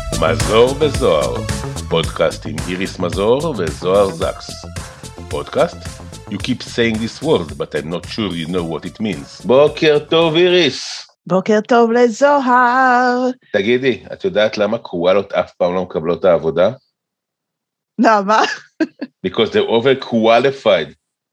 מזור וזוהר, פודקאסט עם איריס מזור וזוהר זקס. פודקאסט? You keep saying this word, but I'm not sure you know what it means. בוקר טוב איריס. בוקר טוב לזוהר. תגידי, את יודעת למה קואלות אף פעם לא מקבלות את העבודה? למה? Because they're over-qualified.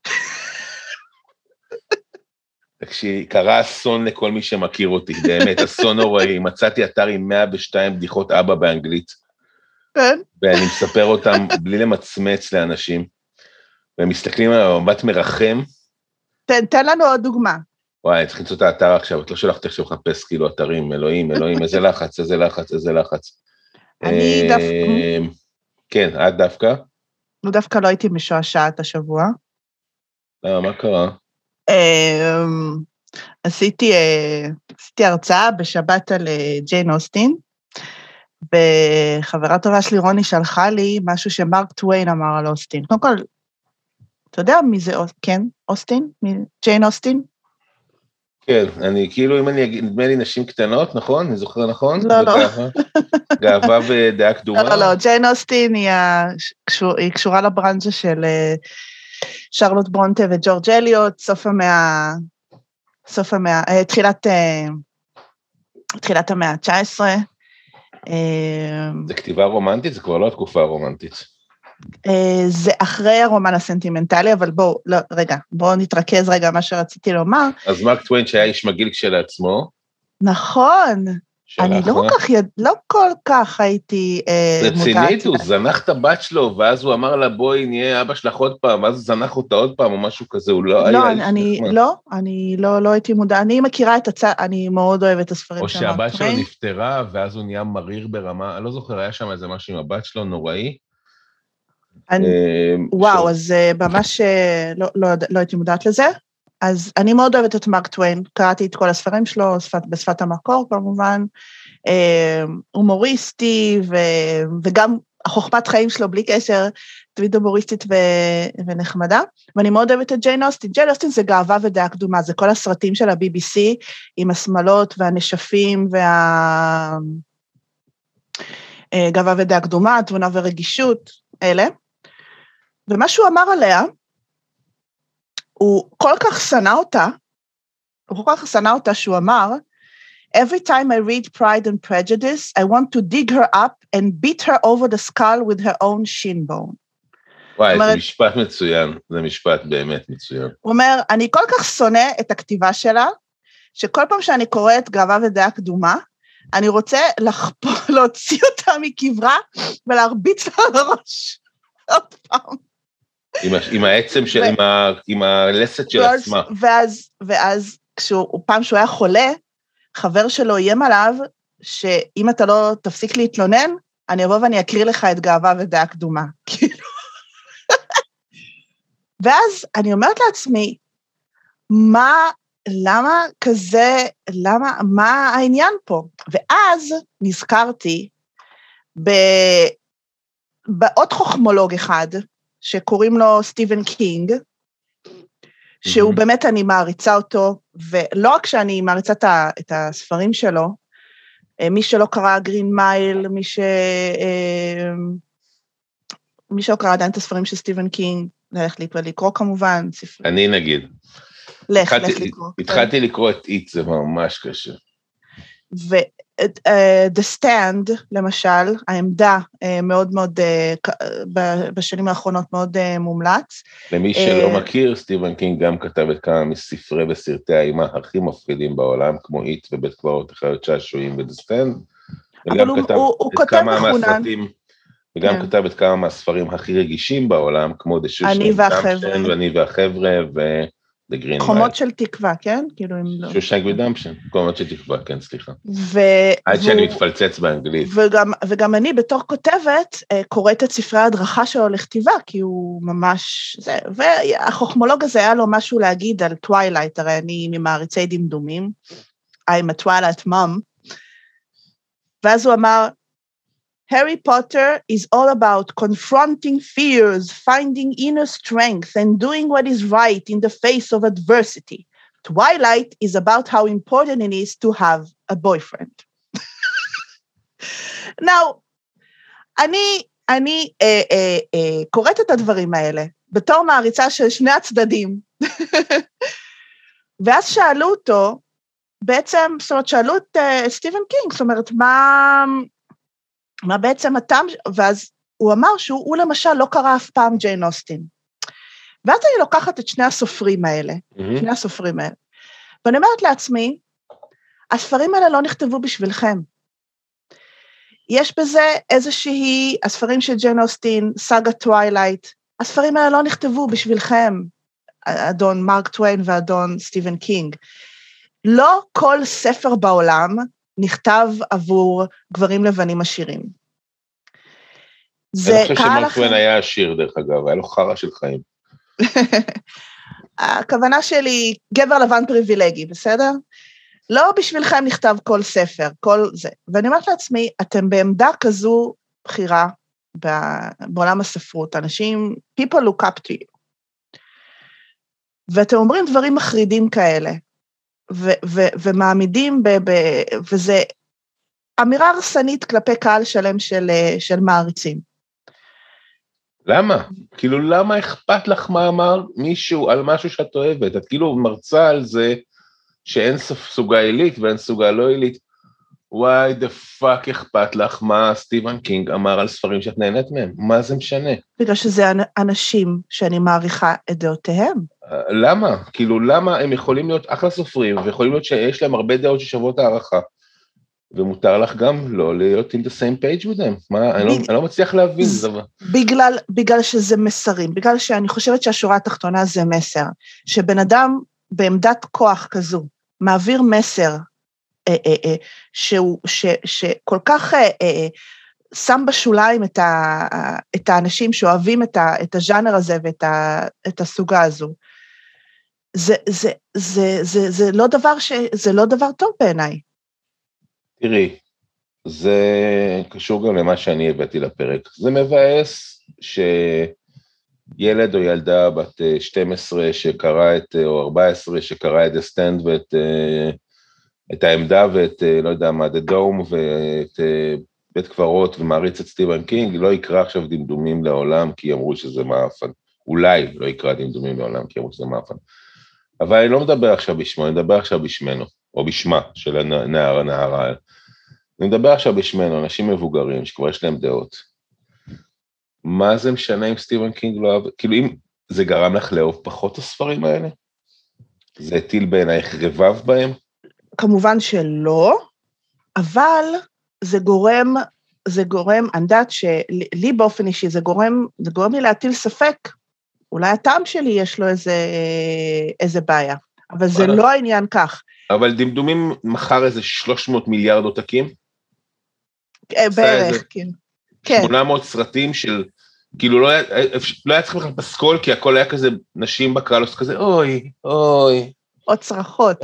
תקשיבי, קרה אסון לכל מי שמכיר אותי, באמת, אסון נוראי. מצאתי אתר עם 102 בדיחות אבא באנגלית, ואני מספר אותם בלי למצמץ לאנשים, והם מסתכלים על המבט מרחם. תן לנו עוד דוגמה. וואי, צריך למצוא את האתר עכשיו, את לא שולחת איך שמחפש כאילו אתרים, אלוהים, איזה לחץ, איזה לחץ, איזה לחץ. אני דווקא... כן, את דווקא? דווקא לא הייתי משועשעת השבוע. מה קרה? עשיתי הרצאה בשבת על ג'יין אוסטין, וחברה טובה שלי רוני שלחה לי משהו שמרק טוויין אמר על אוסטין. קודם כל, אתה יודע מי זה, כן, אוסטין? ג'יין אוסטין? כן, אני כאילו, אם אני אגיד, נדמה לי נשים קטנות, נכון? אני זוכר נכון? לא, לא. גאווה ודעה קדומה? לא, ג'יין אוסטין היא קשורה לברנז'ה של שרלוט ברונטה וג'ורג' אליוט, תחילת המאה ה-19. זה כתיבה רומנטית? זה כבר לא התקופה הרומנטית. זה אחרי הרומן הסנטימנטלי, אבל בואו נתרכז רגע מה שרציתי לומר. אז מרק טוויין שהיה איש מגעיל כשלעצמו. נכון. אני לא כל כך הייתי רצינית, הוא זנח את הבת שלו, ואז הוא אמר לה, בואי נהיה אבא שלך עוד פעם, ואז הוא זנח אותה עוד פעם, או משהו כזה, הוא לא היה... אני לא הייתי מודע, אני מכירה את אני מאוד אוהבת את הספרים. או שהבת שלו נפטרה, ואז הוא נהיה מריר ברמה, אני לא זוכר, היה שם איזה משהו עם הבת שלו, נוראי. וואו, אז ממש לא הייתי מודעת לזה. אז אני מאוד אוהבת את מרק טוויין, קראתי את כל הספרים שלו, בשפת המקור כמובן, הומוריסטי, וגם החוכמת חיים שלו בלי קשר, תמיד הומוריסטית ונחמדה, ואני מאוד אוהבת את ג'יין אוסטין. ג'יין אוסטין זה גאווה ודעה קדומה, זה כל הסרטים של ה-BBC, עם השמלות והנשפים, גאווה ודעה קדומה, תבונה ורגישות, אלה, ומה שהוא אמר עליה, הוא כל כך שנא אותה, שהוא אמר, every time I read Pride and Prejudice, I want to dig her up and beat her over the skull with her own shin bone. וואי, זה משפט מצוין, זה משפט באמת מצוין. הוא אומר, אני כל כך שונא את הכתיבה שלה, שכל פעם שאני קוראת גאווה ודעה קדומה, אני רוצה להוציא אותה מקברה, ולהרביץ לה על הראש. עוד פעם. עם העצם של, עם הלסת של עצמה. ואז פעם שהוא היה חולה, חבר שלו איים עליו, שאם אתה לא תפסיק להתלונן, אני אבוא ואני אקריא לך את גאווה ודעה קדומה. ואז אני אומרת לעצמי, מה העניין פה? ואז נזכרתי בעוד חוכמולוג אחד, שקוראים לו סטיבן קינג, שהוא באמת, אני מעריצה אותו, ולא רק שאני מעריצה את הספרים שלו, מי שלא קרא גרין מייל, מי שלא קרא עדיין את הספרים של סטיבן קינג, ללכת לקרוא כמובן, ספרים. אני נגיד. לך לקרוא. התחלתי לקרוא את איט, זה ממש קשה. The Stand, למשל, העמדה מאוד מאוד, בשנים האחרונות מאוד מומלץ. למי שלא מכיר, סטיבן קינג גם כתב את כמה מספרי וסרטי האימה הכי מפחידים בעולם, כמו איט ובית קברות החיות שעשועים ו-The Stand, וגם כתב את כמה מהספרים הכי רגישים בעולם, כמו The Shawshank Redemption, ואני והחבר'ה, חומות של תקווה, כן? Shawshank Redemption, חומות של תקווה, כן, סליחה. עד שאני מתפלצץ באנגלית. וגם אני בתור כותבת, קוראת את ספרי ההדרכה שלו לכתיבה, כי הוא ממש, והחוכמולוג הזה היה לו משהו להגיד על טווילייט, הרי אני ממעריצי דמדומים, I'm a Twilight mom, ואז הוא אמר, Harry Potter is all about confronting fears, finding inner strength, and doing what is right in the face of adversity. Twilight is about how important it is to have a boyfriend. Now, אני קוראת את הדברים האלה, בתור מעריצה של שני הצדדים, ואז שאלו אותו, בעצם, זאת אומרת, שאלו את סטיבן קינג, זאת אומרת, מה בעצם הטעם, ואז הוא אמר שהוא למשל לא קרא אף פעם ג'יין אוסטין. ואז אני לוקחת את שני הסופרים האלה, ואני אומרת לעצמי, הספרים האלה לא נכתבו בשבילכם. יש בזה איזושהי, הספרים של ג'יין אוסטין, סאגה טווילייט, הספרים האלה לא נכתבו בשבילכם, אדון מרק טוויין ואדון סטיבן קינג. לא כל ספר בעולם נכתב עבור גברים לבנים עשירים. אני חושב שמרק טוויין היה עשיר, דרך אגב, היה לו חרא של חיים. הכוונה שלי, גבר לבן פריבילגי, בסדר? לא בשבילכם נכתב כל ספר, כל זה. ואני אומרת לעצמי, אתם בעמדה כזו בחירה בעולם הספרות, אנשים, people look up to you. ואתם אומרים דברים מחרידים כאלה, ומעמידים, וזה אמירה הרסנית כלפי קהל שלם של מעריצים. למה? כאילו, למה אכפת לך מה אמר מישהו על משהו שאת אוהבת? את כאילו מרצה על זה שאין סוגה עילית ואין סוגה לא עילית. וואי, דה פאק אכפת לך מה סטיבן קינג אמר על ספרים שאת נהנית מהם? מה זה משנה? בגלל שזה אנשים שאני מעריכה את דעותיהם. למה? כאילו, למה הם יכולים להיות אחלה סופרים, ויכולים להיות שיש להם הרבה דעות ששוות הערכה, ומותר לך גם לא להיות in the same page with them. מה, אני לא מצליח להבין זה דבר. בגלל שזה מסרים, בגלל שאני חושבת שהשורה התחתונה זה מסר, שבן אדם בעמדת כוח כזו, מעביר מסר, שכל כך שם בשוליים את האנשים שאוהבים את הז'אנר הזה ואת הסוגה הזו. זה לא דבר טוב בעיניי. תראי, זה קשור גם למה שאני הבאתי לפרק. זה מבאס שילד או ילדה בת 12 שקרא או 14 שקרא את The Stand ואת העמדה ואת, לא יודע מה, The Dome ואת בית קברות ומעריץ את סטיבן קינג, לא יקרא עכשיו דמדומים לעולם כי אמרו שזה מאפן. אולי לא יקרא דמדומים לעולם כי אמרו שזה מאפן. אבל אני לא מדבר עכשיו בשמו, אני מדבר עכשיו בשמנו, או בשמה של הנערה. אני מדבר עכשיו בשמנו, אנשים מבוגרים שכבר יש להם דעות. מה זה משנה אם סטיבן קינג לא אוהב? כאילו אם זה גרם לך לאהוב פחות הספרים האלה? זה הטיל בעינייך רבב בהם? כמובן שלא, אבל זה גורם, אני יודעת שלי באופן אישי, זה גורם לי להטיל ספק, אולי הטעם שלי יש לו איזה בעיה, אבל זה לא העניין כך. אבל דמדומים מחר איזה 300 מיליארד עותקים? בערך, כן. 800 סרטים של, כאילו לא היה צריך לך פסקול, כי הכל היה כזה נשים בקרלוס, כזה אוי. או צרחות.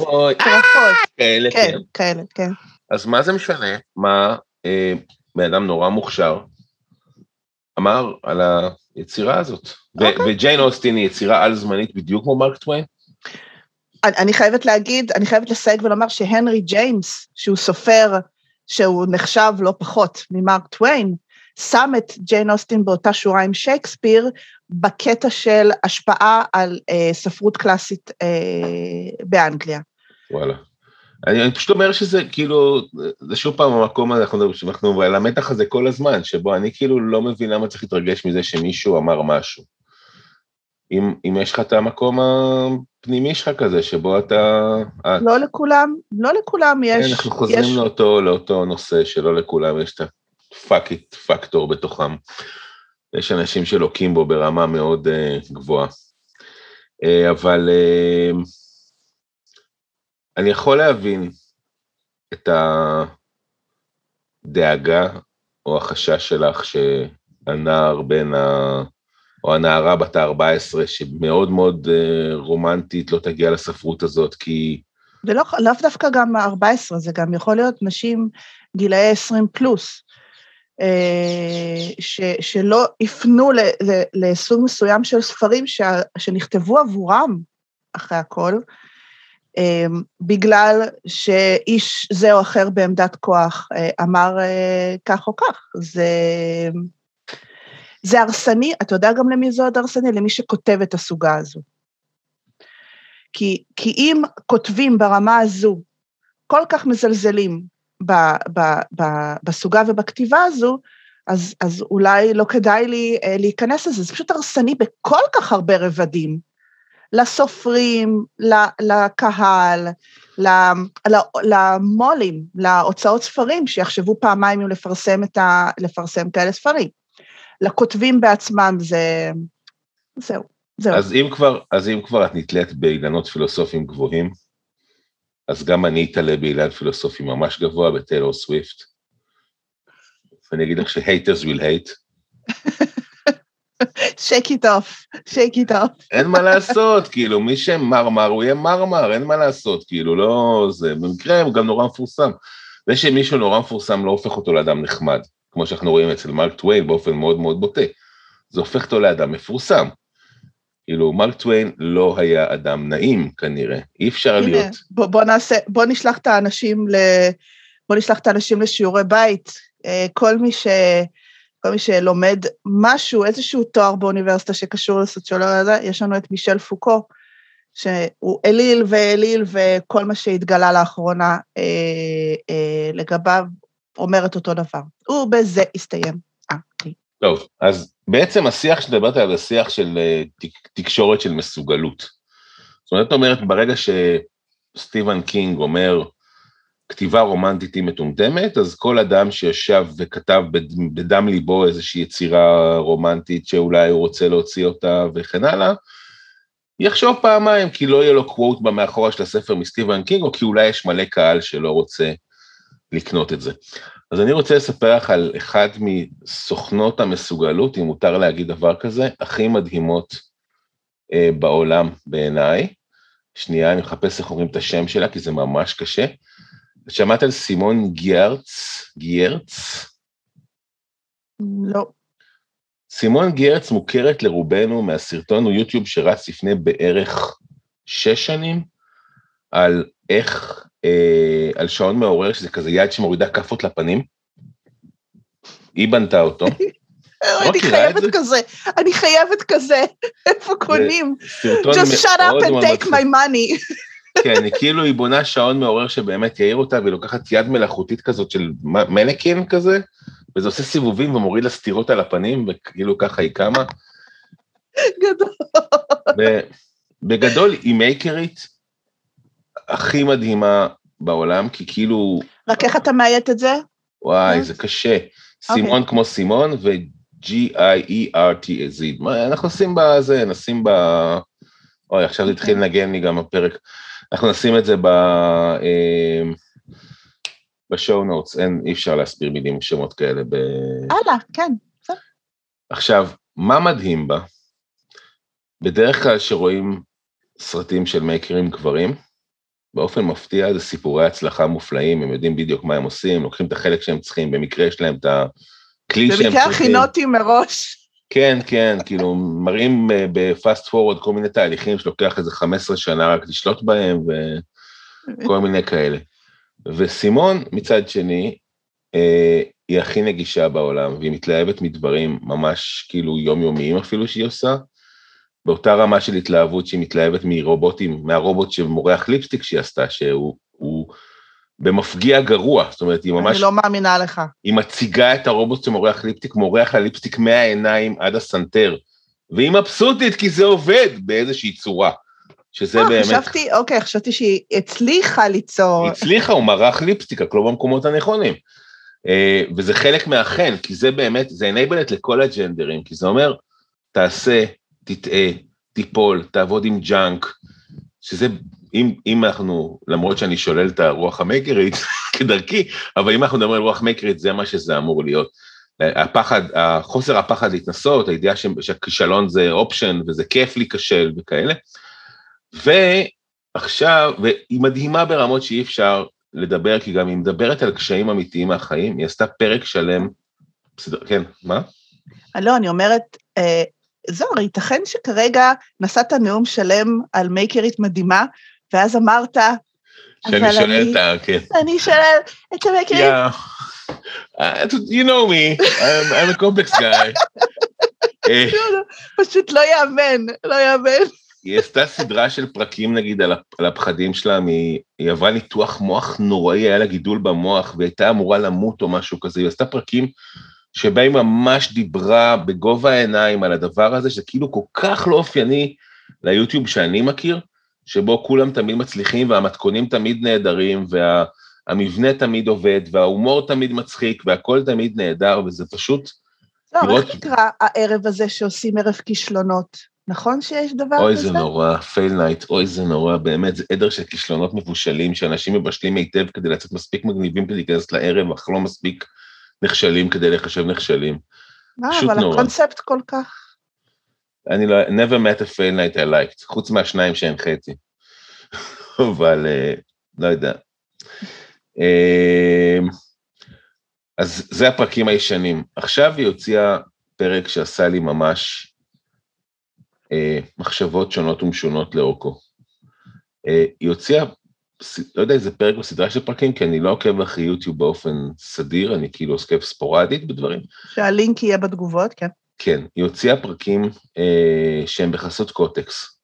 כאלה, כן. אז מה זה משנה? מה בן אדם נורא מוכשר אמר על היצירה הזאת? וג'יין אוסטין היא יצירה על זמנית בדיוק כמו מרק טוויין? אני חייבת לסייג ולומר שהנרי ג'יימס, שהוא סופר, שהוא נחשב לא פחות ממרק טוויין, שם את ג'יין אוסטין באותה שורה עם שייקספיר, בקטע של השפעה על ספרות קלאסית באנגליה. וואלה. אני פשוט אומר שזה כאילו, זה שוב פעם המקום הזה, אנחנו על המתח הזה כל הזמן, שבו אני כאילו לא מבין למה צריך להתרגש מזה שמישהו אמר משהו. אם יש לך את המקום הפנימי שלך כזה, שבו אתה... לא לכולם יש... אנחנו חוזרים לאותו נושא, שלא לכולם יש את ה-fuck it פקטור בתוכם. יש אנשים שלוקים בו ברמה מאוד גבוהה. אבל אני יכול להבין את הדאגה או החשש שלך שהנער או הנערה בת ה-14, שמאוד מאוד רומנטית, לא תגיע לספרות הזאת, כי... זה לאו דווקא גם ה-14, זה גם יכול להיות נשים גילאי 20 פלוס, שלא יפנו לסוג מסוים של ספרים שנכתבו עבורם, אחרי הכל, בגלל שאיש זה או אחר בעמדת כוח אמר כך או כך. זה הרסני, אתה יודע גם למי זה עוד הרסני? למי שכותב את הסוגה הזו. כי אם כותבים ברמה הזו, כל כך מזלזלים בסוגה ובכתיבה הזו, אז אולי לא כדאי לי להיכנס לזה, זה פשוט הרסני בכל כך הרבה רבדים, לסופרים, לקהל, למולים, להוצאות ספרים, שיחשבו פעמיים אם לפרסם כאלה ספרים. לכותבים בעצמם זהו. אז אם כבר את נתלית באילנות פילוסופיים גבוהים, אז גם אני אתעלה באילן פילוסופי ממש גבוה בטיילור סוויפט, ואני אגיד לך ש-haters will hate. shake it off. אין מה לעשות, כאילו, מי שמרמר, הוא יהיה מרמר, אין מה לעשות, כאילו, לא זה, במקרה הוא גם נורא מפורסם. זה שמישהו נורא מפורסם לא הופך אותו לאדם נחמד, כמו שאנחנו רואים אצל מרק טוויין באופן מאוד מאוד בוטה. זה הופך אותו לאדם מפורסם. כאילו, מרק טוויין לא היה אדם נעים, כנראה. אי אפשר להיות. בוא נשלח את האנשים לשיעורי בית. כל מי שלומד משהו, איזשהו תואר באוניברסיטה שקשור לסוציולוגיה, יש לנו את מישל פוקו, שהוא אליל, וכל מה שהתגלה לאחרונה לגביו, אומרת אותו דבר. ובזה הסתיים. טוב, אז בעצם השיח שדברת עליו, זה שיח של תקשורת של מסוגלות. זאת אומרת, ברגע שסטיבן קינג אומר, כתיבה רומנטית היא מטומטמת, אז כל אדם שישב וכתב בדם ליבו איזושהי יצירה רומנטית, שאולי הוא רוצה להוציא אותה וכן הלאה, יחשוב פעמיים, כי לא יהיה לו קוואט במאחורה של הספר מסטיבן קינג, או כי אולי יש מלא קהל שלא רוצה לקנות את זה. אז אני רוצה לספר לך על אחד מסוכנות המסוגלות, אם מותר להגיד דבר כזה, הכי מדהימות בעולם בעיניי. שנייה, אני מחפש איך אומרים את השם שלה, כי זה ממש קשה. שמעת על סימון גיירץ? לא. סימון גיירץ מוכרת לרובנו מהסרטון יוטיוב שרץ לפני בערך 6 שנים, על איך, על שעון מעורר, שזה כזה יד שמורידה כפות לפנים. היא בנתה אותו. אני חייבת כזה, איפה קונים? Just shut up and take my money. כן, כאילו היא בונה שעון מעורר שבאמת יעיר אותה, והיא לוקחת יד מלאכותית כזאת של מנקין כזה, וזה עושה סיבובים ומוריד לה סתירות על הפנים, וכאילו ככה היא קמה. גדול. בגדול היא מייקרית הכי מדהימה בעולם, כי כאילו... רק איך אתה מאיית את זה? וואי, זה קשה. סימון כמו סימון, ו-G-I-E-R-T-Z. אנחנו נשים ב... אוי, עכשיו זה התחיל לנגן לי גם הפרק. אנחנו נשים את זה בשואו נוטס, אי אפשר להסביר מילים שמות כאלה. הלאה, כן. עכשיו, מה מדהים בה? בדרך כלל שרואים סרטים של מייקרים גברים, באופן מפתיע זה סיפורי הצלחה מופלאים, הם יודעים בדיוק מה הם עושים, לוקחים את החלק שהם צריכים, במקרה יש להם את הכלי שהם צריכים. במקרה הכינותי מראש. כן, כן, כאילו מראים בפאסט פורוד כל מיני תהליכים שלוקח איזה 15 שנה רק לשלוט בהם וכל מיני כאלה. וסימון מצד שני, היא הכי נגישה בעולם, והיא מתלהבת מדברים ממש כאילו יומיומיים אפילו שהיא עושה, באותה רמה של התלהבות שהיא מתלהבת מרובוטים, מהרובוט שמורח ליפסטיק שהיא עשתה, שהוא במפגיע גרוע, זאת אומרת, היא ממש... אני לא מאמינה לך. היא מציגה את הרובוט שמורח ליפסטיק, מורח הליפסטיק מהעיניים עד הסנטר, והיא מבסוטית כי זה עובד באיזושהי צורה, שזה באמת... חשבתי שהיא הצליחה ליצור... היא הצליחה, הוא מרח ליפסטיק, רק לא במקומות הנכונים. וזה חלק מהחן, כי זה באמת, זה enabled לכל הג'נדרים, כי זה אומר, תעשה, תטעה, תיפול, תעבוד עם ג'אנק, שזה, אם אנחנו, למרות שאני שולל את הרוח המייקרית כדרכי, אבל אם אנחנו מדברים על רוח מייקרית, זה מה שזה אמור להיות. הפחד, חוסר הפחד להתנסות, הידיעה שהכישלון זה אופשן, וזה כיף להיכשל וכאלה. ועכשיו, והיא מדהימה ברמות שאי אפשר לדבר, כי גם היא מדברת על קשיים אמיתיים מהחיים, היא עשתה פרק שלם, כן, מה? לא, אני אומרת, זהו, ייתכן שכרגע נשאת נאום שלם על מייקרית מדהימה, ואז אמרת, שאני שואל אותה, כן. אני שואל, אתם מכירים? You know me, I'm a complex guy. פשוט לא יאמן. היא עשתה סדרה של פרקים, נגיד, על הפחדים שלה, היא עברה ניתוח מוח נוראי, היה לה גידול במוח, והייתה אמורה למות או משהו כזה, היא עשתה פרקים שבה היא ממש דיברה בגובה העיניים על הדבר הזה, שזה כאילו כל כך לא אופייני ליוטיוב שאני מכיר, שבו כולם תמיד מצליחים, והמתכונים תמיד נהדרים, והמבנה תמיד עובד, וההומור תמיד מצחיק, והכל תמיד נהדר, וזה פשוט... לא, איך נקרא הערב הזה שעושים ערב כישלונות? נכון שיש דבר כזה? אוי, זה נורא, פייל נייט, אוי, זה נורא, באמת, זה עדר של כישלונות מבושלים, שאנשים מבשלים היטב כדי לצאת מספיק מגניבים כדי להיכנס לערב, אך לא מספיק נכשלים כדי לחשב נכשלים. פשוט נורא. אבל הקונספט כל כך... אני לא, never met a fail night I liked, חוץ מהשניים שהנחיתי. אבל, לא יודע. אז זה הפרקים הישנים. עכשיו היא הוציאה פרק שעשה לי ממש מחשבות שונות ומשונות לאורכו. היא הוציאה, לא יודע איזה פרק בסדרה של פרקים, כי אני לא עוקב אחרי יוטיוב באופן סדיר, אני כאילו עוסקב ספורדית בדברים. שהלינק יהיה בתגובות, כן. כן, היא הוציאה פרקים שהם בחסות קוטקס.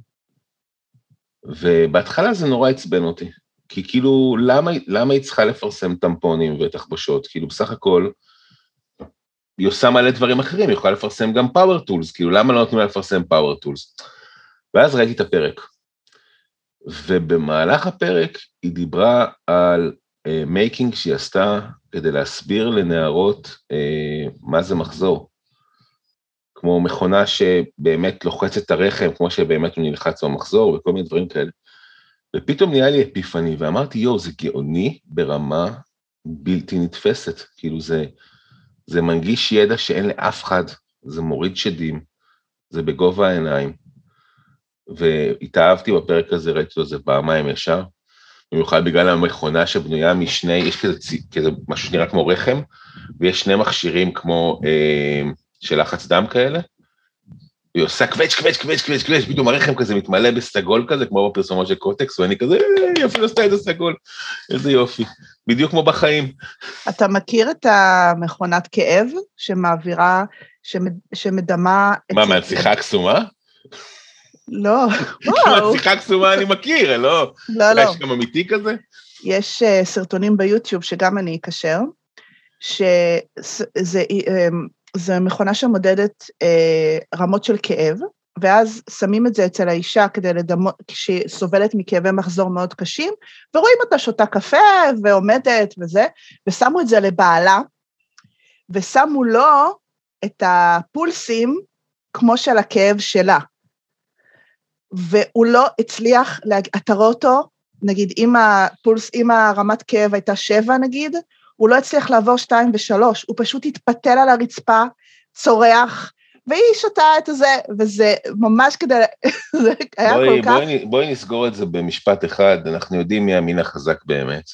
ובהתחלה זה נורא עצבן אותי. כי כאילו, למה היא צריכה לפרסם טמפונים ותחבושות? כאילו, בסך הכל, היא עושה מלא דברים אחרים, היא יכולה לפרסם גם פאוור טולס, כאילו, למה לא נותנים לה לפרסם פאוור טולס? ואז ראיתי את הפרק. ובמהלך הפרק, היא דיברה על מייקינג שהיא עשתה, כדי להסביר לנערות מה זה מחזור. כמו מכונה שבאמת לוחצת את הרחם, כמו שבאמת הוא נלחץ במחזור, וכל מיני דברים כאלה. ופתאום נהיה לי אפיפני, ואמרתי, יו, זה גאוני ברמה בלתי נתפסת, כאילו זה מנגיש ידע שאין לאף אחד, זה מוריד שדים, זה בגובה העיניים, והתאהבתי בפרק הזה, ראיתי לו זה פעמיים ישר, במיוחד בגלל המכונה שבנויה משני, יש כזה משהו שנראה כמו רחם, ויש שני מכשירים כמו של לחץ דם כאלה, היא עושה קווץ', פתאום הרחם כזה מתמלא בסגול כזה, כמו בפרסומות של קוטקס, ואני כזה, היא אפילו עשתה את הסגול, איזה יופי, בדיוק כמו בחיים. אתה מכיר את המכונת כאב שמעבירה, שמדמה... מה, מהשיחה הקסומה? לא, וואו. מהשיחה הקסומה אני מכיר, לא? לא. יש גם אמיתי כזה? יש סרטונים ביוטיוב שגם אני אקשר, זו מכונה שמודדת רמות של כאב, ואז שמים את זה אצל האישה כדי לדמות, כשהיא סובלת מכאבי מחזור מאוד קשים, ורואים אותה שותה קפה ועומדת וזה, ושמו את זה לבעלה, ושמו לו את הפולסים כמו של הכאב שלה, והוא לא הצליח, אתה רואה אותו, נגיד אם הרמת כאב הייתה 7 נגיד, הוא לא הצליח לעבור 2 ו3, הוא פשוט התפתל על הרצפה, צורח, והיא שותה את זה, וזה ממש כדי, זה היה כל כך... בואי נסגור את זה במשפט אחד, אנחנו יודעים מי המין החזק באמת.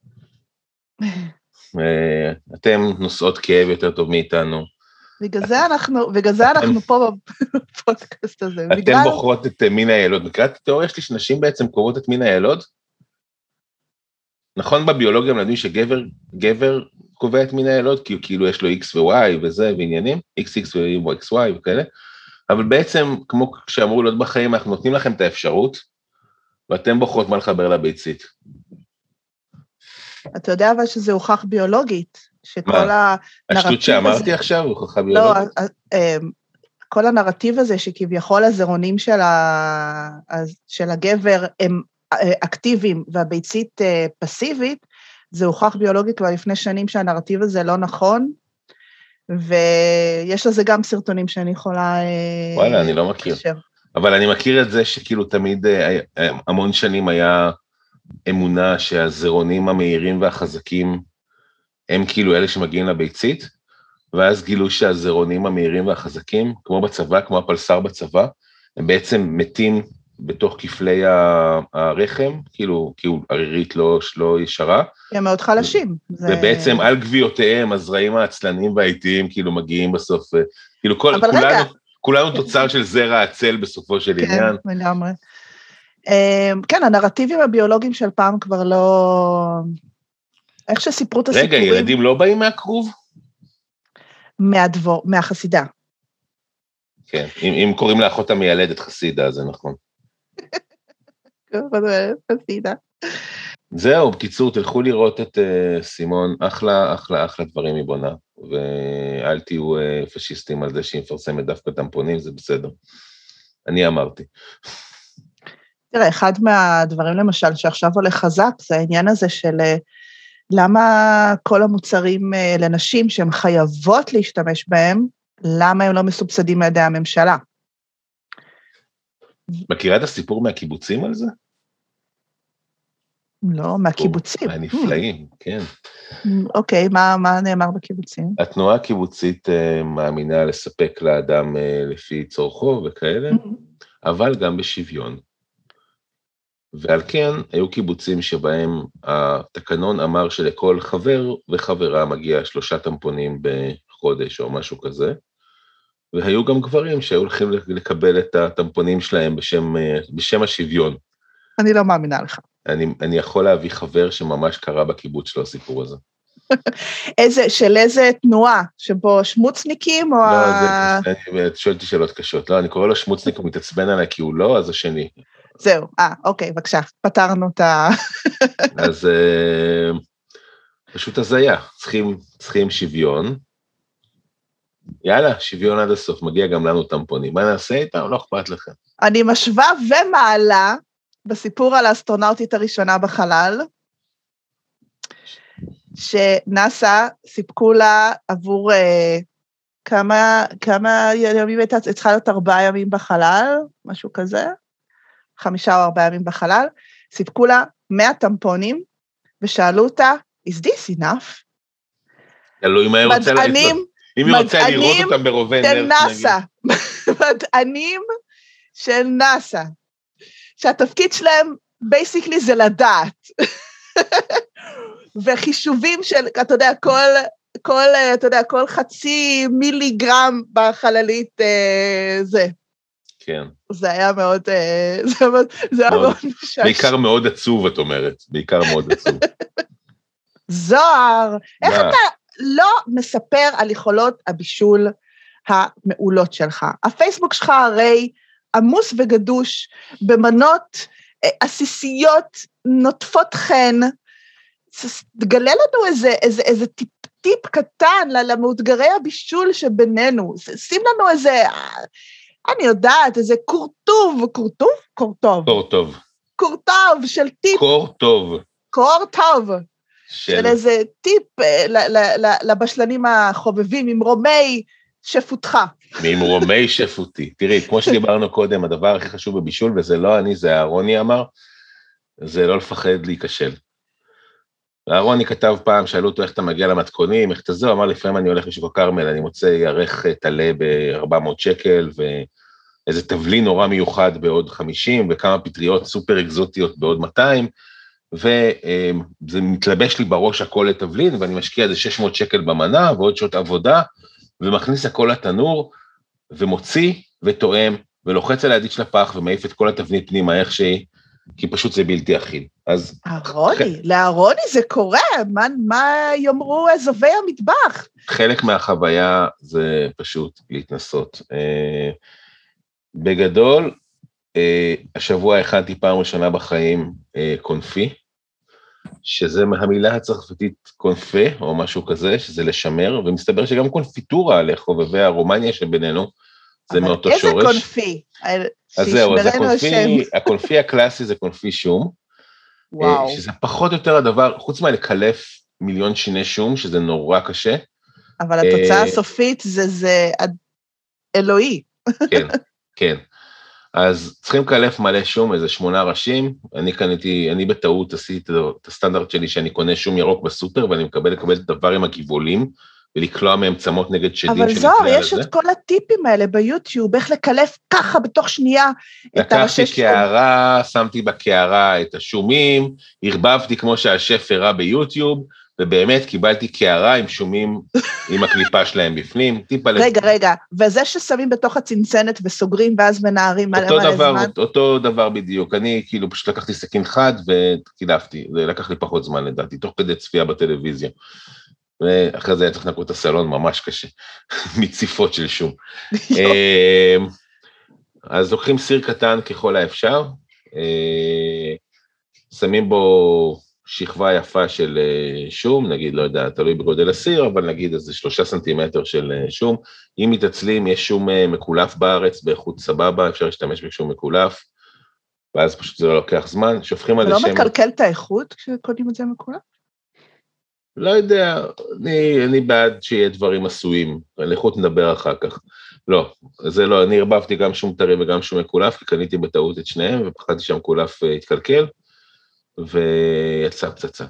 אתם נושאות כאב יותר טוב מאיתנו. בגלל זה אנחנו פה בפודקאסט הזה. אתם בוחרות את מין הילוד, מכירת התיאוריה שלי שנשים בעצם קוראות את מין הילוד? נכון בביולוגיה מלמדים שגבר קובע את מין הילוד, כי כאילו יש לו X ו-Y וזה, ועניינים, XX ו-XY וכאלה, אבל בעצם, כמו שאמרו להיות בחיים, אנחנו נותנים לכם את האפשרות, ואתם בוחרות מה לחבר לביצית. אתה יודע אבל שזה הוכח ביולוגית, שכל הנרטיב הזה... השטות שאמרתי עכשיו הוא הוכחה ביולוגית? לא, כל הנרטיב הזה שכביכול הזרעונים של הגבר הם אקטיביים והביצית פסיבית, זה הוכח ביולוגית כבר לפני שנים שהנרטיב הזה לא נכון, ויש לזה גם סרטונים שאני יכולה... וואלה, אני לא מכיר. אבל אני מכיר את זה שכאילו תמיד המון שנים היה אמונה שהזרעונים המהירים והחזקים הם כאילו אלה שמגיעים לביצית, ואז גילו שהזרעונים המהירים והחזקים, כמו בצבא, כמו הפלסר בצבא, הם בעצם מתים בתוך כפלי הרחם, כאילו, כי הרירית לא ישרה. הם מאוד חלשים. ובעצם על גביעותיהם, הזרעים העצלניים והאיטיים, כאילו מגיעים בסוף, כאילו כולנו תוצר של זרע עצל בסופו של עניין. כן, לגמרי. כן, הנרטיבים הביולוגיים של פעם כבר לא... איך שסיפרו את הסיפורים... רגע, ילדים לא באים מהכרוב? מהחסידה. כן, אם קוראים לאחות המיילדת חסידה, זה נכון. חסידה. זהו, בקיצור, תלכו לראות את סימון, אחלה דברים היא בונה, ואל תהיו פשיסטים על זה שהיא מפרסמת דווקא טמפונים, זה בסדר. אני אמרתי. תראה, אחד מהדברים למשל שעכשיו הולך חזק, זה העניין הזה של למה כל המוצרים לנשים שהן חייבות להשתמש בהם, למה הם לא מסובסדים על ידי הממשלה? מכירה את הסיפור מהקיבוצים על זה? לא, מהקיבוצים. הנפלאים, כן. אוקיי, מה נאמר בקיבוצים? התנועה הקיבוצית מאמינה לספק לאדם לפי צורכו וכאלה, אבל גם בשוויון. ועל כן, היו קיבוצים שבהם התקנון אמר שלכל חבר וחברה מגיע 3 טמפונים בחודש או משהו כזה, והיו גם גברים שהיו הולכים לקבל את הטמפונים שלהם בשם השוויון. אני לא מאמינה לך. אני יכול להביא חבר שממש קרה בקיבוץ שלו הסיפור הזה. של איזה תנועה? שבו שמוצניקים או... לא, אני שואלתי שאלות קשות. לא, אני קורא לו שמוצניק, הוא מתעצבן עליי כי הוא לא, אז השני. זהו, אוקיי, בבקשה, פתרנו את ה... אז פשוט הזיה, צריכים שוויון. יאללה, שוויון עד הסוף, מגיע גם לנו טמפונים. מה נעשה איתם? לא אכפת לכם. אני משווה ומעלה בסיפור על האסטרונאוטית הראשונה בחלל, שנאסא סיפקו לה עבור כמה ימים הייתה, צריכה להיות 4 ימים בחלל, משהו כזה, 5 או 4 ימים בחלל, סיפקו לה 100 טמפונים, ושאלו אותה, is this enough? תלוי מה היא רוצה לעשות. אם היא רוצה לראות אותם ברובי נרץ, נגיד. מדענים של נאסא, שהתפקיד שלהם, basically זה לדעת. וחישובים של, אתה יודע, כל חצי מיליגרם בחללית זה. כן. זה היה מאוד, זה היה מאוד משש. בעיקר מאוד עצוב, את אומרת. בעיקר מאוד עצוב. זוהר, איך אתה לא מספר על יכולות הבישול המעולות שלך? הפייסבוק שלך הרי עמוס וגדוש במנות עסיסיות, נוטפות חן, תגלה לנו איזה טיפ קטן למאותגרי הבישול שבינינו, שים לנו איזה, אני יודעת, איזה קורטוב של טיפ. קורטוב. של איזה טיפ לבשלנים החובבים, ממרומי שפותך. ממרומי שפותי. תראי, כמו שדיברנו קודם, הדבר הכי חשוב בבישול, וזה לא אני, זה אהרוני אמר, זה לא לפחד להיכשל. אהרוני כתב פעם, שאלו אותו איך אתה מגיע למתכונים, איך אתה זה, הוא אמר לפעמים אני הולך לשוק הכרמל, אני מוצא ירך תלה ב-400 שקל, ואיזה תבלין נורא מיוחד בעוד 50, וכמה פטריות סופר אקזוטיות בעוד 200, וזה מתלבש לי בראש הכל לתבלין, ואני משקיע איזה 600 שקל במנה, ועוד שעות עבודה, ומכניס הכל לתנור, ומוציא, וטועם, ולוחץ על הידית של הפח, ומעיף את כל התבנית פנימה איך שהיא, כי פשוט זה בלתי אכיל. אז... לאהרוני זה קורה, מה יאמרו אזובי המטבח? חלק מהחוויה זה פשוט להתנסות. בגדול, השבוע הכנתי פעם ראשונה בחיים קונפי, שזה המילה הצרפתית קונפה, או משהו כזה, שזה לשמר, ומסתבר שגם קונפיטורה לחובבי הרומניה שבינינו, זה מאותו שורש. איזה קונפי? אז זהו, אז הקונפי הקלאסי זה קונפי שום, שזה פחות או יותר הדבר, חוץ מהלקלף מיליון שיני שום, שזה נורא קשה. אבל התוצאה הסופית זה אלוהי. כן, כן. אז צריכים לקלף מלא שום, איזה 8 ראשים, אני בטעות עשיתי את הסטנדרט שלי, שאני קונה שום ירוק בסופר, ואני לקבל את הדבר עם הגיבולים, ולקלוע מהם צמות נגד שדים. אבל זוהר, יש את כל הטיפים האלה ביוטיוב, איך לקלף ככה בתוך שנייה את הראשי שום. לקחתי קערה, שמתי בקערה את השומים, הרבבתי כמו שהשף הראה ביוטיוב, ובאמת קיבלתי קערה עם שומים, עם הקליפה שלהם בפנים, טיפה... רגע, וזה ששמים בתוך הצנצנת וסוגרים ואז מנערים מלא זמן? אותו דבר בדיוק, אני כאילו פשוט לקחתי סכין חד וקילפתי, זה לקח לי פחות זמן לדעתי, תוך כדי צפייה בטלוויזיה, ואחרי זה היה צריך לנקות את הסלון ממש קשה, מציפות של שום. אז לוקחים סיר קטן ככל האפשר, שמים בו שכבה יפה של שום, נגיד, לא יודע, תלוי בגודל הסיר, אבל נגיד איזה 3 סנטימטר של שום, אם מתעצלים, יש שום מקולף בארץ, באיכות סבבה, אפשר להשתמש בשום מקולף, ואז פשוט זה לא לוקח זמן, שופכים על זה שמן. לא מקלקל את האיכות כשקודים את זה מקולף? לא יודע, אני בעד שיהיה דברים עשויים, על איכות נדבר אחר כך. לא, זה לא, אני הרבבתי גם שום טרי וגם שום מקולף, כי קניתי בטעות את שניהם, ופחדתי שהמקולף יתקלקל, ויצא פצצה.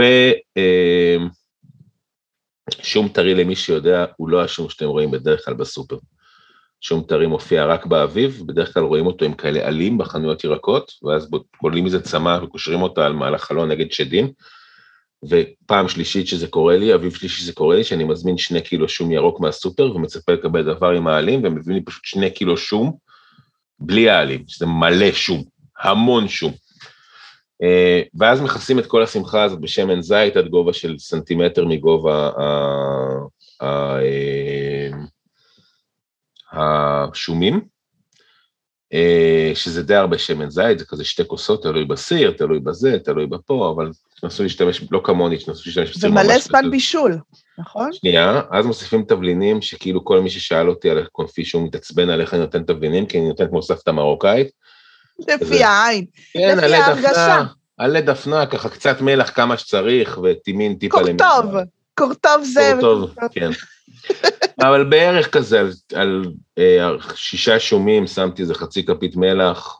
ושום טרי למי שיודע, הוא לא השום שאתם רואים בדרך כלל בסופר. שום טרי מופיע רק באביב, בדרך כלל רואים אותו עם כאלה עלים בחנויות ירקות, ואז קולים מזה צמא וקושרים אותה על מעל החלון נגד שדים, ופעם שלישית שזה קורה לי, אביב שלישי שזה קורה לי, שאני מזמין 2 קילו שום ירוק מהסופר, ומצפה לקבל דבר עם העלים, והם מביאים לי פשוט 2 קילו שום, בלי העלים, שזה מלא שום, המון שום. ואז מכסים את כל השמחה הזאת בשמן זית, עד גובה של סנטימטר מגובה השומים, שזה די הרבה שמן זית, זה כזה 2 כוסות, תלוי בסיר, תלוי בזה, תלוי בפה, אבל תנסו להשתמש, לא כמוני, תנסו להשתמש בסיר ממש. ומלא ספן בישול, נכון? שנייה, אז מוסיפים תבלינים, שכאילו כל מי ששאל אותי על קונפי שהוא מתעצבן על איך אני נותן תבלינים, כי אני נותן כמו סבתא מרוקאית. לפי העין, כן, לפי ההרגשה. עלי דפנה, ככה קצת מלח כמה שצריך, וטימין טיפה קורטוב זה. קורטוב, כן. אבל בערך כזה, על 6 שומים, שמתי איזה חצי כפית מלח,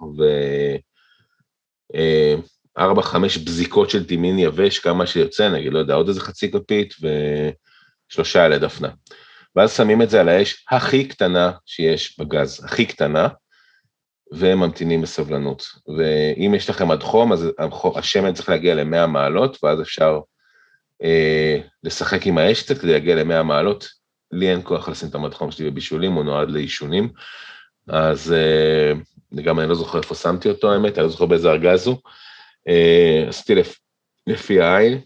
4-5 בזיקות של טימין יבש, כמה שיוצא, נגיד, לא יודע, עוד איזה חצי כפית, ו3 עלי דפנה. ואז שמים את זה על האש הכי קטנה שיש בגז, הכי קטנה, וממתינים בסבלנות. ואם יש לכם עד חום, אז השמן צריך להגיע ל100 מעלות, ואז אפשר לשחק עם האש קצת כדי להגיע ל100 מעלות. לי אין כוח לשים את המדחום שלי בבישולים, הוא נועד לאישונים, אז גם אני לא זוכר איפה שמתי אותו, האמת, אני לא זוכר באיזה ארגז הוא, עשיתי לפי העין,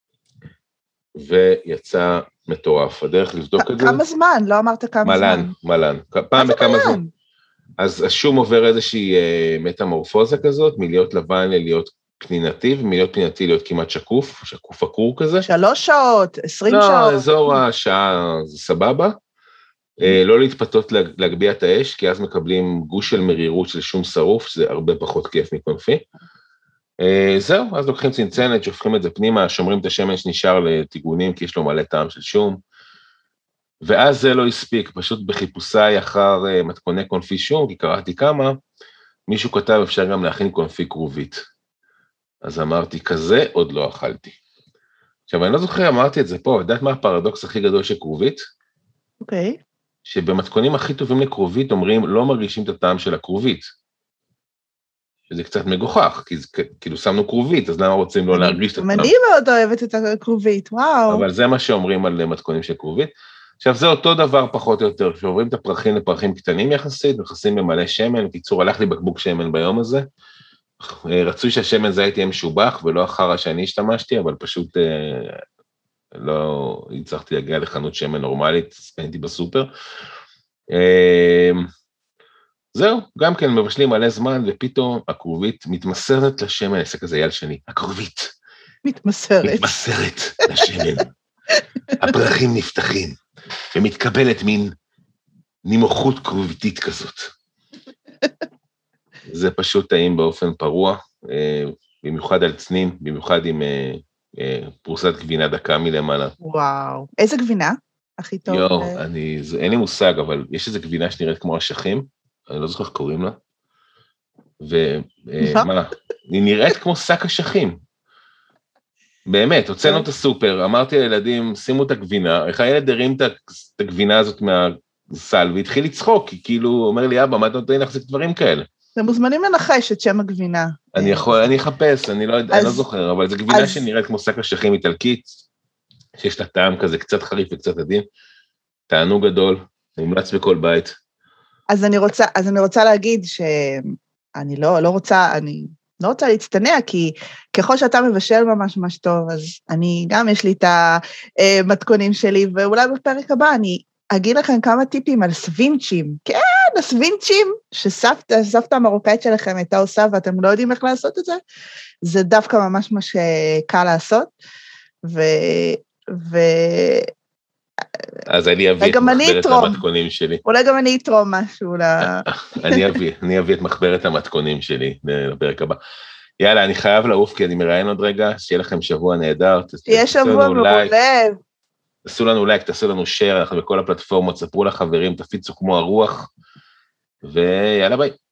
ויצא מטורף. הדרך לבדוק את זה... כמה זמן? לא אמרת כמה זמן. מלן. פעם בכמה זמן. אז השום עובר איזושהי מטמורפוזה כזאת, מלהיות לבן ללהיות פנינתי, ומלהיות פנינתי להיות כמעט שקוף עקור כזה. 3 שעות, 20 שעות. לא, אזור השעה זה סבבה. לא להתפתות להגביה את האש, כי אז מקבלים גוש של מרירות של שום שרוף, שזה הרבה פחות כיף מקונפי. זהו, אז לוקחים צנצנת, שופכים את זה פנימה, שומרים את השמן שנשאר לתיגונים, כי יש לו מלא טעם של שום. ואז זה לא הספיק, פשוט בחיפושיי אחר מתכוני קונפי שום, כי קראתי כמה, מישהו כתב אפשר גם להכין קונפי כרובית. אז אמרתי, כזה עוד לא אכלתי. עכשיו, אני לא זוכר, אמרתי את זה פה, יודעת מה הפרדוקס הכי גדול של כרובית? אוקיי. שבמתכונים הכי טובים לכרובית אומרים, לא מרגישים את הטעם של הכרובית. שזה קצת מגוחך, כי כאילו שמנו כרובית, אז למה רוצים לא להרגיש את הטעם? אני מאוד אוהבת את הכרובית, וואו. אבל זה מה שאומרים על מתכונים של כרובית. עכשיו, זה אותו דבר פחות או יותר, כשעוברים את הפרחים לפרחים קטנים יחסית, מכסים במלא שמן, קיצור, הלך לי בקבוק שמן ביום הזה, רצוי שהשמן זית יהיה משובח, ולא אחר שאני השתמשתי, אבל פשוט לא הצלחתי להגיע לחנות שמן נורמלית, קניתי בסופר. זהו, גם כן מבשלים מלא זמן, ופתאום הכרובית מתמסרת לשמן, עסק כזה יל שני, הכרובית. מתמסרת לשמן. הפרחים נפתחים, ומתקבלת מין נימוכות כרוביתית כזאת. זה פשוט טעים באופן פרוע, במיוחד על צנים, במיוחד עם פרוסת גבינה דקה מלמעלה. וואו, איזה גבינה? הכי טוב. אין לי מושג, אבל יש איזו גבינה שנראית כמו אשכים, אני לא זוכר איך קוראים לה, ומה? היא נראית כמו שק אשכים. באמת, הוצאנו את הסופר, אמרתי לילדים, שימו את הגבינה, איך הילד הרים את הגבינה הזאת מהסל, והתחיל לצחוק, כי כאילו, הוא אומר לי, אבא, מה אתה נותן להחזיק דברים כאלה? אתם מוזמנים לנחש את שם הגבינה. אני אחפש, אני לא זוכר, אבל זו גבינה שנראית כמו שק אשכים איטלקית, שיש לה טעם כזה קצת חריף וקצת עדין, תענוג גדול, מומלץ בכל בית. אז אני רוצה להגיד שאני לא רוצה להצטנע, כי ככל שאתה מבשל ממש ממש טוב, אז אני גם יש לי את המתכונים שלי, ואולי בפרק הבא אני אגיד לכם כמה טיפים על סווינצ'ים. כן, הסווינצ'ים שסבתא המרוקאית שלכם הייתה עושה, ואתם לא יודעים איך לעשות את זה, זה דווקא ממש ממש קל לעשות, אז אני אביא את מחברת המתכונים שלי. אולי גם אני אתרום משהו. אני אביא את מחברת המתכונים שלי לפרק הבא. יאללה, אני חייב לעוף, כי אני מראיין עוד רגע, שיהיה לכם שבוע נהדר. יהיה שבוע מעולה. תעשו לנו לייק, תעשו לנו שייר, אנחנו בכל הפלטפורמות, ספרו לחברים, תפיצו כמו הרוח, ויאללה ביי.